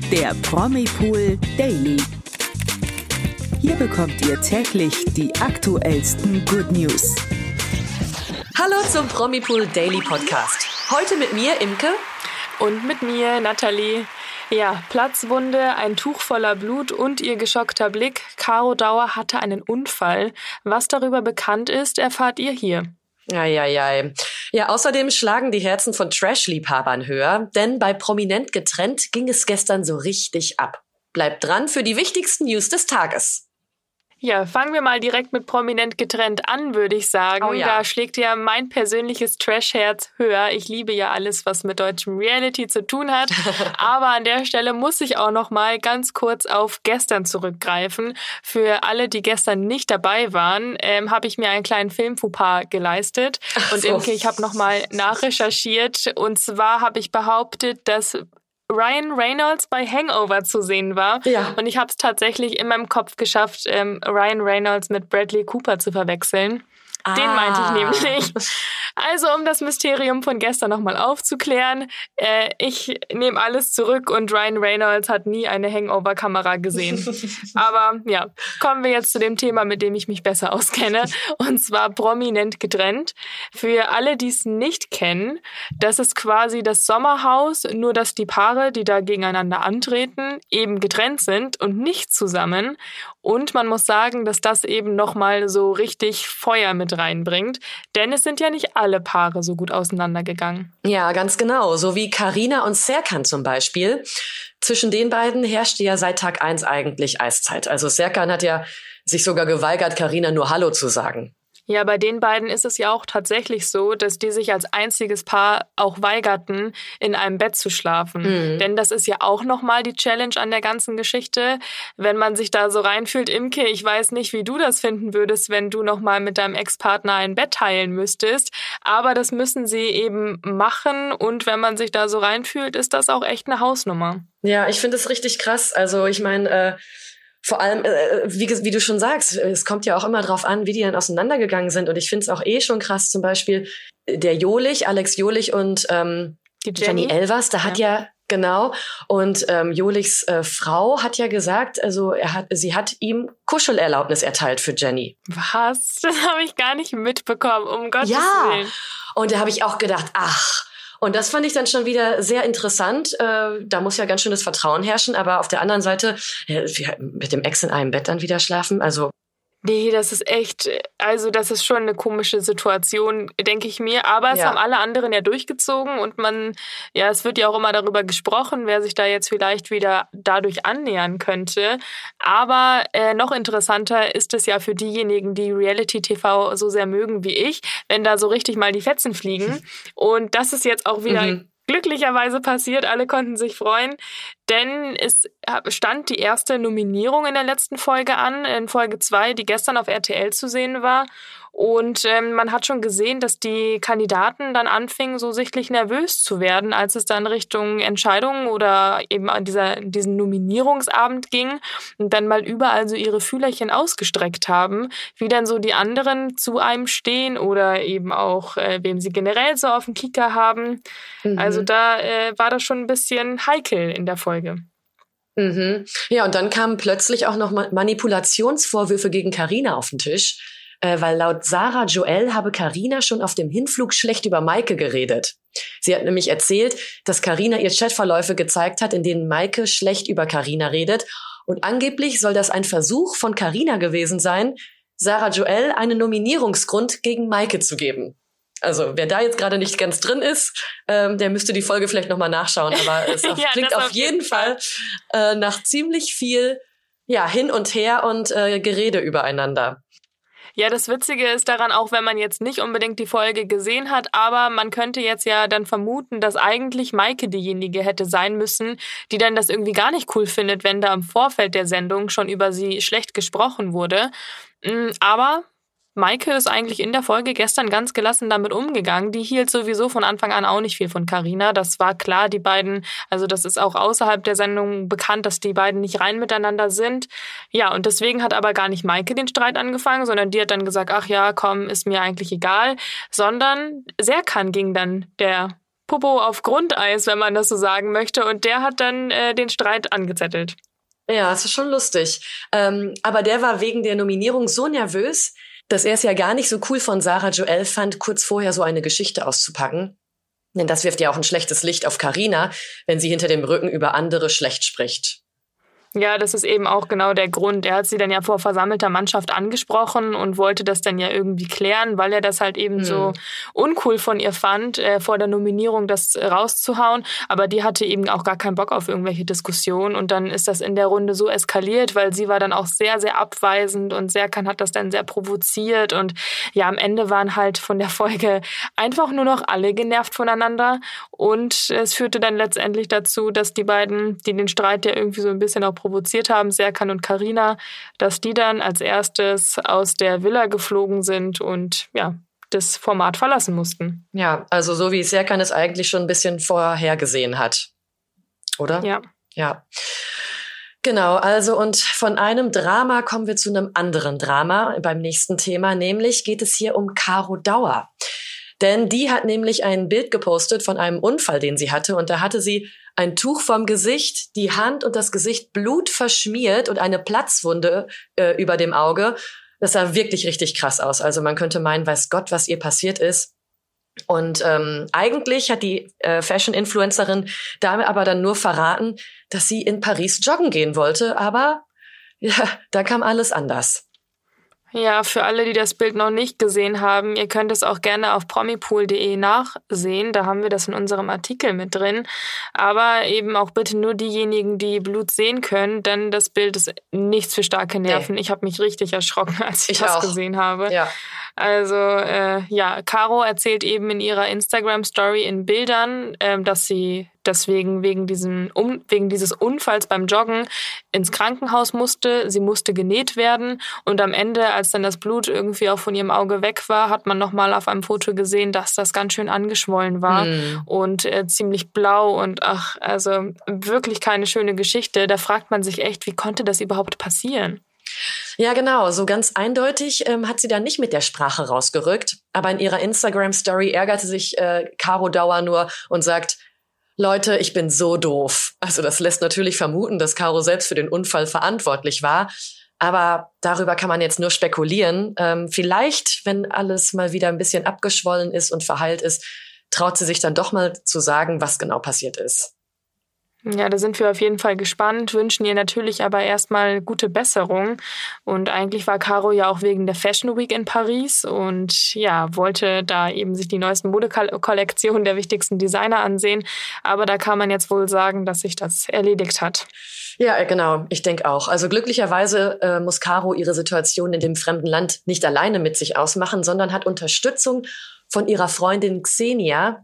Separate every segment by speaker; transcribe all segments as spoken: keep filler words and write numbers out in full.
Speaker 1: der Promipool Daily. Hier bekommt ihr täglich die aktuellsten Good News.
Speaker 2: Hallo zum Promipool Daily Podcast. Heute mit mir, Imke.
Speaker 3: Und mit mir, Nathalie. Ja, Platzwunde, ein Tuch voller Blut und ihr geschockter Blick. Caro Dauer hatte einen Unfall. Was darüber bekannt ist, erfahrt ihr hier.
Speaker 2: Eieiei. Ja, außerdem schlagen die Herzen von Trash-Liebhabern höher, denn bei Prominent getrennt ging es gestern so richtig ab. Bleibt dran für die wichtigsten News des Tages.
Speaker 3: Ja, fangen wir mal direkt mit Prominent getrennt an, würde ich sagen.
Speaker 2: Oh ja.
Speaker 3: Da schlägt ja mein persönliches Trash-Herz höher. Ich liebe ja alles, was mit deutschem Reality zu tun hat. Aber an der Stelle muss ich auch noch mal ganz kurz auf gestern zurückgreifen. Für alle, die gestern nicht dabei waren, ähm, habe ich mir einen kleinen Film-Fauxpas geleistet. Und
Speaker 2: so.
Speaker 3: Imke, ich habe noch mal nachrecherchiert. Und zwar habe ich behauptet, dass Ryan Reynolds bei Hangover zu sehen war.
Speaker 2: Ja.
Speaker 3: Und ich habe es tatsächlich in meinem Kopf geschafft, ähm, Ryan Reynolds mit Bradley Cooper zu verwechseln.
Speaker 2: Ah.
Speaker 3: Den meinte ich nämlich. Also, um das Mysterium von gestern nochmal aufzuklären, äh, ich nehme alles zurück und Ryan Reynolds hat nie eine Hangover-Kamera gesehen. Aber ja, kommen wir jetzt zu dem Thema, mit dem ich mich besser auskenne, und zwar Prominent getrennt. Für alle, die es nicht kennen, das ist quasi das Sommerhaus, nur dass die Paare, die da gegeneinander antreten, eben getrennt sind und nicht zusammen. Und man muss sagen, dass das eben nochmal so richtig Feuer mit reinbringt, denn es sind ja nicht alle Paare so gut auseinandergegangen.
Speaker 2: Ja, ganz genau. So wie Carina und Serkan zum Beispiel. Zwischen den beiden herrschte ja seit Tag eins eigentlich Eiszeit. Also Serkan hat ja sich sogar geweigert, Carina nur Hallo zu sagen.
Speaker 3: Ja, bei den beiden ist es ja auch tatsächlich so, dass die sich als einziges Paar auch weigerten, in einem Bett zu schlafen. Mhm. Denn das ist ja auch nochmal die Challenge an der ganzen Geschichte. Wenn man sich da so reinfühlt, Imke, ich weiß nicht, wie du das finden würdest, wenn du nochmal mit deinem Ex-Partner ein Bett teilen müsstest. Aber das müssen sie eben machen. Und wenn man sich da so reinfühlt, ist das auch echt eine Hausnummer.
Speaker 2: Ja, ich finde es richtig krass. Also ich meine, äh, vor allem, äh, wie, wie du schon sagst, es kommt ja auch immer drauf an, wie die dann auseinandergegangen sind. Und ich finde es auch eh schon krass, zum Beispiel der Jolich, Alex Jolich und ähm,
Speaker 3: die Jenny.
Speaker 2: Jenny Elvers, da hat ja, ja genau, und ähm, Jolichs äh, Frau hat ja gesagt, also er hat, sie hat ihm Kuschelerlaubnis erteilt für Jenny.
Speaker 3: Was? Das habe ich gar nicht mitbekommen, um Gottes
Speaker 2: ja.
Speaker 3: Willen.
Speaker 2: Und da habe ich auch gedacht, ach, und das fand ich dann schon wieder sehr interessant. Äh, da muss ja ganz schön das Vertrauen herrschen. Aber auf der anderen Seite, ja, mit dem Ex in einem Bett dann wieder schlafen, also...
Speaker 3: Nee, das ist echt, also das ist schon eine komische Situation, denke ich mir. Aber es ja. haben alle anderen ja durchgezogen und man, ja, es wird ja auch immer darüber gesprochen, wer sich da jetzt vielleicht wieder dadurch annähern könnte. Aber äh, noch interessanter ist es ja für diejenigen, die Reality-T V so sehr mögen wie ich, wenn da so richtig mal die Fetzen fliegen. Und das ist jetzt auch wieder... Mhm. glücklicherweise passiert, alle konnten sich freuen, denn es stand die erste Nominierung in der letzten Folge an, in Folge zwei, die gestern auf R T L zu sehen war. Und ähm, man hat schon gesehen, dass die Kandidaten dann anfingen, so sichtlich nervös zu werden, als es dann Richtung Entscheidungen oder eben an dieser, diesen Nominierungsabend ging und dann mal überall so ihre Fühlerchen ausgestreckt haben, wie dann so die anderen zu einem stehen oder eben auch, äh, wem sie generell so auf dem Kieker haben. Mhm. Also da äh, war das schon ein bisschen heikel in der Folge.
Speaker 2: Mhm. Ja, und dann kamen plötzlich auch noch Manipulationsvorwürfe gegen Carina auf den Tisch. Äh, weil laut Sarah Joel habe Carina schon auf dem Hinflug schlecht über Maike geredet. Sie hat nämlich erzählt, dass Carina ihr Chatverläufe gezeigt hat, in denen Maike schlecht über Carina redet. Und angeblich soll das ein Versuch von Carina gewesen sein, Sarah Joel einen Nominierungsgrund gegen Maike zu geben. Also wer da jetzt gerade nicht ganz drin ist, ähm, der müsste die Folge vielleicht nochmal nachschauen. Aber es
Speaker 3: ja,
Speaker 2: klingt auf, auf jeden Fall, Fall äh, nach ziemlich viel ja, hin und her und äh, Gerede übereinander.
Speaker 3: Ja, das Witzige ist daran, auch wenn man jetzt nicht unbedingt die Folge gesehen hat, aber man könnte jetzt ja dann vermuten, dass eigentlich Maike diejenige hätte sein müssen, die dann das irgendwie gar nicht cool findet, wenn da im Vorfeld der Sendung schon über sie schlecht gesprochen wurde. Aber Maike ist eigentlich in der Folge gestern ganz gelassen damit umgegangen. Die hielt sowieso von Anfang an auch nicht viel von Carina. Das war klar, die beiden, also das ist auch außerhalb der Sendung bekannt, dass die beiden nicht rein miteinander sind. Ja, und deswegen hat aber gar nicht Maike den Streit angefangen, sondern die hat dann gesagt, ach ja, komm, ist mir eigentlich egal. Sondern Serkan ging dann der Popo auf Grundeis, wenn man das so sagen möchte. Und der hat dann äh, den Streit angezettelt.
Speaker 2: Ja, das ist schon lustig. Ähm, aber der war wegen der Nominierung so nervös, dass er es ja gar nicht so cool von Sarah Joel fand, kurz vorher so eine Geschichte auszupacken. Denn das wirft ja auch ein schlechtes Licht auf Carina, wenn sie hinter dem Rücken über andere schlecht spricht.
Speaker 3: Ja, das ist eben auch genau der Grund. Er hat sie dann ja vor versammelter Mannschaft angesprochen und wollte das dann ja irgendwie klären, weil er das halt eben hm. so uncool von ihr fand, äh, vor der Nominierung das rauszuhauen. Aber die hatte eben auch gar keinen Bock auf irgendwelche Diskussionen. Und dann ist das in der Runde so eskaliert, weil sie war dann auch sehr, sehr abweisend und Serkan hat das dann sehr provoziert. Und ja, am Ende waren halt von der Folge einfach nur noch alle genervt voneinander. Und es führte dann letztendlich dazu, dass die beiden, die den Streit ja irgendwie so ein bisschen auch provoziert haben, Serkan und Carina, dass die dann als erstes aus der Villa geflogen sind und ja, das Format verlassen mussten.
Speaker 2: Ja, also so wie Serkan es eigentlich schon ein bisschen vorhergesehen hat. Oder?
Speaker 3: Ja.
Speaker 2: Ja. Genau, also und von einem Drama kommen wir zu einem anderen Drama beim nächsten Thema, nämlich geht es hier um Caro Dauer. Denn die hat nämlich ein Bild gepostet von einem Unfall, den sie hatte. Und da hatte sie ein Tuch vom Gesicht, die Hand und das Gesicht blutverschmiert und eine Platzwunde äh, über dem Auge. Das sah wirklich richtig krass aus. Also man könnte meinen, weiß Gott, was ihr passiert ist. Und ähm, eigentlich hat die äh, Fashion-Influencerin da aber dann nur verraten, dass sie in Paris joggen gehen wollte. Aber ja, da kam alles anders.
Speaker 3: Ja, für alle, die das Bild noch nicht gesehen haben, ihr könnt es auch gerne auf promipool punkt de nachsehen. Da haben wir das in unserem Artikel mit drin. Aber eben auch bitte nur diejenigen, die Blut sehen können, denn das Bild ist nichts für starke Nerven. Nee. Ich habe mich richtig erschrocken, als ich, ich das auch. gesehen habe.
Speaker 2: Ja.
Speaker 3: Also äh, ja, Caro erzählt eben in ihrer Instagram-Story in Bildern, äh, dass sie deswegen wegen diesem um, wegen dieses Unfalls beim Joggen ins Krankenhaus musste. Sie musste genäht werden und am Ende, als dann das Blut irgendwie auch von ihrem Auge weg war, hat man nochmal auf einem Foto gesehen, dass das ganz schön angeschwollen war mm. und äh, ziemlich blau und ach, also wirklich keine schöne Geschichte. Da fragt man sich echt, wie konnte das überhaupt passieren?
Speaker 2: Ja, genau. So ganz eindeutig ähm, hat sie da nicht mit der Sprache rausgerückt. Aber in ihrer Instagram-Story ärgerte sich äh, Caro Dauer nur und sagt, Leute, ich bin so doof. Also das lässt natürlich vermuten, dass Caro selbst für den Unfall verantwortlich war. Aber darüber kann man jetzt nur spekulieren. Ähm, vielleicht, wenn alles mal wieder ein bisschen abgeschwollen ist und verheilt ist, traut sie sich dann doch mal zu sagen, was genau passiert ist.
Speaker 3: Ja, da sind wir auf jeden Fall gespannt, wünschen ihr natürlich aber erstmal gute Besserung. Und eigentlich war Caro ja auch wegen der Fashion Week in Paris und ja, wollte da eben sich die neuesten Modekollektionen der wichtigsten Designer ansehen. Aber da kann man jetzt wohl sagen, dass sich das erledigt hat.
Speaker 2: Ja, genau. Ich denke auch. Also glücklicherweise äh, muss Caro ihre Situation in dem fremden Land nicht alleine mit sich ausmachen, sondern hat Unterstützung von ihrer Freundin Xenia.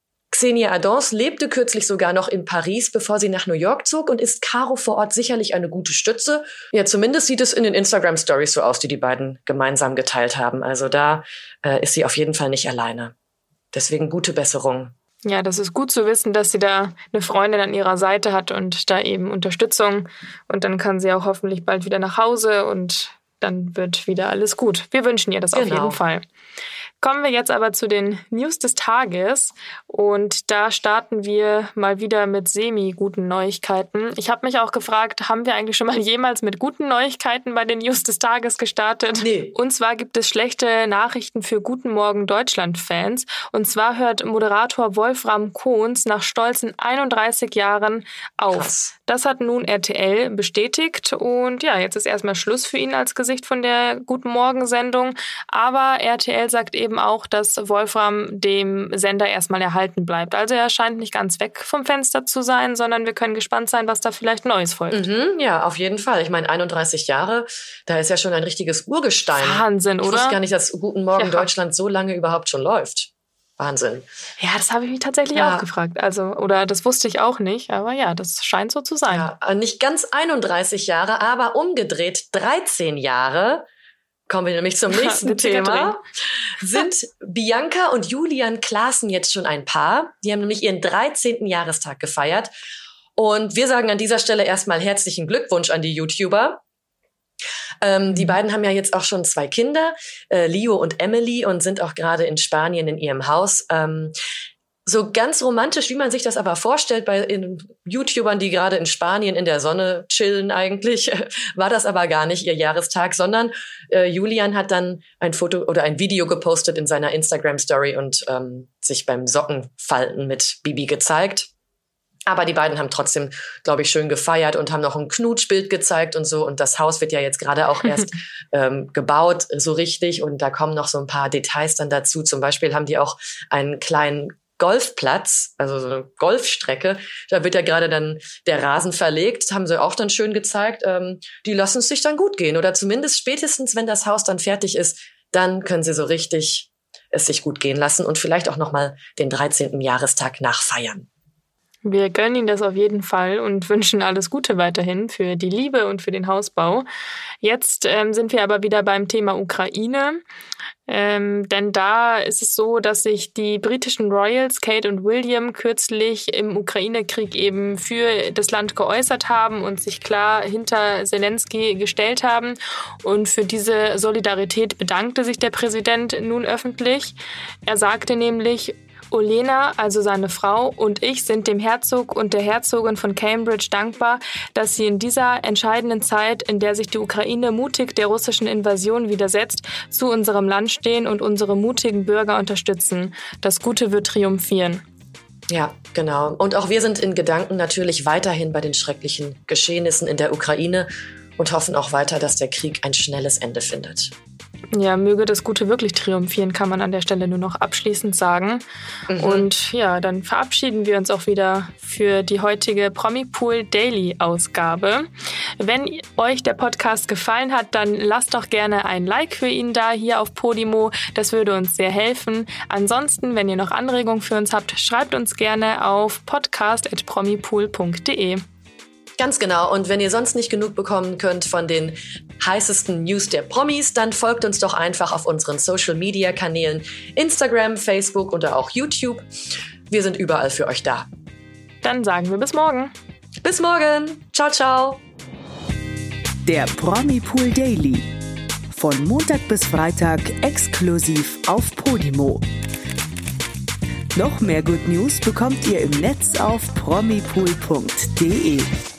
Speaker 2: Xenia Adons lebte kürzlich sogar noch in Paris, bevor sie nach New York zog und ist Caro vor Ort sicherlich eine gute Stütze. Ja, zumindest sieht es in den Instagram-Stories so aus, die die beiden gemeinsam geteilt haben. Also da äh, ist sie auf jeden Fall nicht alleine. Deswegen gute Besserung.
Speaker 3: Ja, das ist gut zu wissen, dass sie da eine Freundin an ihrer Seite hat und da eben Unterstützung. Und dann kann sie auch hoffentlich bald wieder nach Hause und dann wird wieder alles gut. Wir wünschen ihr das genau. Auf jeden Fall. Kommen wir jetzt aber zu den News des Tages und da starten wir mal wieder mit semi-guten Neuigkeiten. Ich habe mich auch gefragt, haben wir eigentlich schon mal jemals mit guten Neuigkeiten bei den News des Tages gestartet?
Speaker 2: Nee.
Speaker 3: Und zwar gibt es schlechte Nachrichten für Guten Morgen Deutschland-Fans. Und zwar hört Moderator Wolfram Kons nach stolzen einunddreißig Jahren auf.
Speaker 2: Krass.
Speaker 3: Das hat nun R T L bestätigt und ja, jetzt ist erstmal Schluss für ihn als Gesicht von der Guten Morgen-Sendung. Aber R T L sagt eben auch, dass Wolfram dem Sender erstmal erhalten bleibt. Also er scheint nicht ganz weg vom Fenster zu sein, sondern wir können gespannt sein, was da vielleicht Neues folgt.
Speaker 2: Mhm, ja, auf jeden Fall. Ich meine, einunddreißig Jahre, da ist ja schon ein richtiges Urgestein.
Speaker 3: Wahnsinn, oder?
Speaker 2: Ich wusste gar nicht, dass Guten Morgen
Speaker 3: ja.
Speaker 2: Deutschland so lange überhaupt schon läuft. Wahnsinn.
Speaker 3: Ja, das habe ich mich tatsächlich ja. auch gefragt. Also, oder das wusste ich auch nicht, aber ja, das scheint so zu sein.
Speaker 2: Ja, nicht ganz einunddreißig Jahre, aber umgedreht dreizehn Jahre. Kommen wir nämlich zum nächsten Thema. Sind Bianca und Julian Klaassen jetzt schon ein Paar? Die haben nämlich ihren dreizehnten Jahrestag gefeiert. Und wir sagen an dieser Stelle erstmal herzlichen Glückwunsch an die YouTuber. Ähm, die beiden haben ja jetzt auch schon zwei Kinder, äh, Leo und Emily, und sind auch gerade in Spanien in ihrem Haus. Ähm, So ganz romantisch, wie man sich das aber vorstellt bei in YouTubern, die gerade in Spanien in der Sonne chillen eigentlich, war das aber gar nicht ihr Jahrestag, sondern äh, Julian hat dann ein Foto oder ein Video gepostet in seiner Instagram-Story und ähm, sich beim Sockenfalten mit Bibi gezeigt. Aber die beiden haben trotzdem, glaube ich, schön gefeiert und haben noch ein Knutschbild gezeigt und so. Und das Haus wird ja jetzt gerade auch erst ähm, gebaut, so richtig. Und da kommen noch so ein paar Details dann dazu. Zum Beispiel haben die auch einen kleinen Golfplatz, also so eine Golfstrecke. Da wird ja gerade dann der Rasen verlegt, haben sie auch dann schön gezeigt. Ähm, die lassen es sich dann gut gehen. Oder zumindest spätestens, wenn das Haus dann fertig ist, dann können sie so richtig es sich gut gehen lassen und vielleicht auch nochmal den dreizehnten Jahrestag nachfeiern.
Speaker 3: Wir gönnen Ihnen das auf jeden Fall und wünschen alles Gute weiterhin für die Liebe und für den Hausbau. Jetzt ähm, sind wir aber wieder beim Thema Ukraine. Ähm, denn da ist es so, dass sich die britischen Royals, Kate und William, kürzlich im Ukraine-Krieg eben für das Land geäußert haben und sich klar hinter Zelensky gestellt haben. Und für diese Solidarität bedankte sich der Präsident nun öffentlich. Er sagte nämlich: Olena, also seine Frau, und ich sind dem Herzog und der Herzogin von Cambridge dankbar, dass sie in dieser entscheidenden Zeit, in der sich die Ukraine mutig der russischen Invasion widersetzt, zu unserem Land stehen und unsere mutigen Bürger unterstützen. Das Gute wird triumphieren.
Speaker 2: Ja, genau. Und auch wir sind in Gedanken natürlich weiterhin bei den schrecklichen Geschehnissen in der Ukraine und hoffen auch weiter, dass der Krieg ein schnelles Ende findet.
Speaker 3: Ja, möge das Gute wirklich triumphieren, kann man an der Stelle nur noch abschließend sagen. Mhm. Und ja, dann verabschieden wir uns auch wieder für die heutige Promipool Daily Ausgabe. Wenn euch der Podcast gefallen hat, dann lasst doch gerne ein Like für ihn da hier auf Podimo. Das würde uns sehr helfen. Ansonsten, wenn ihr noch Anregungen für uns habt, schreibt uns gerne auf podcast at promipool punkt de.
Speaker 2: Ganz genau. Und wenn ihr sonst nicht genug bekommen könnt von den heißesten News der Promis, dann folgt uns doch einfach auf unseren Social-Media-Kanälen Instagram, Facebook oder auch YouTube. Wir sind überall für euch da.
Speaker 3: Dann sagen wir bis morgen.
Speaker 2: Bis morgen. Ciao, ciao.
Speaker 1: Der Promipool Daily. Von Montag bis Freitag exklusiv auf Podimo. Noch mehr Good News bekommt ihr im Netz auf promipool punkt de.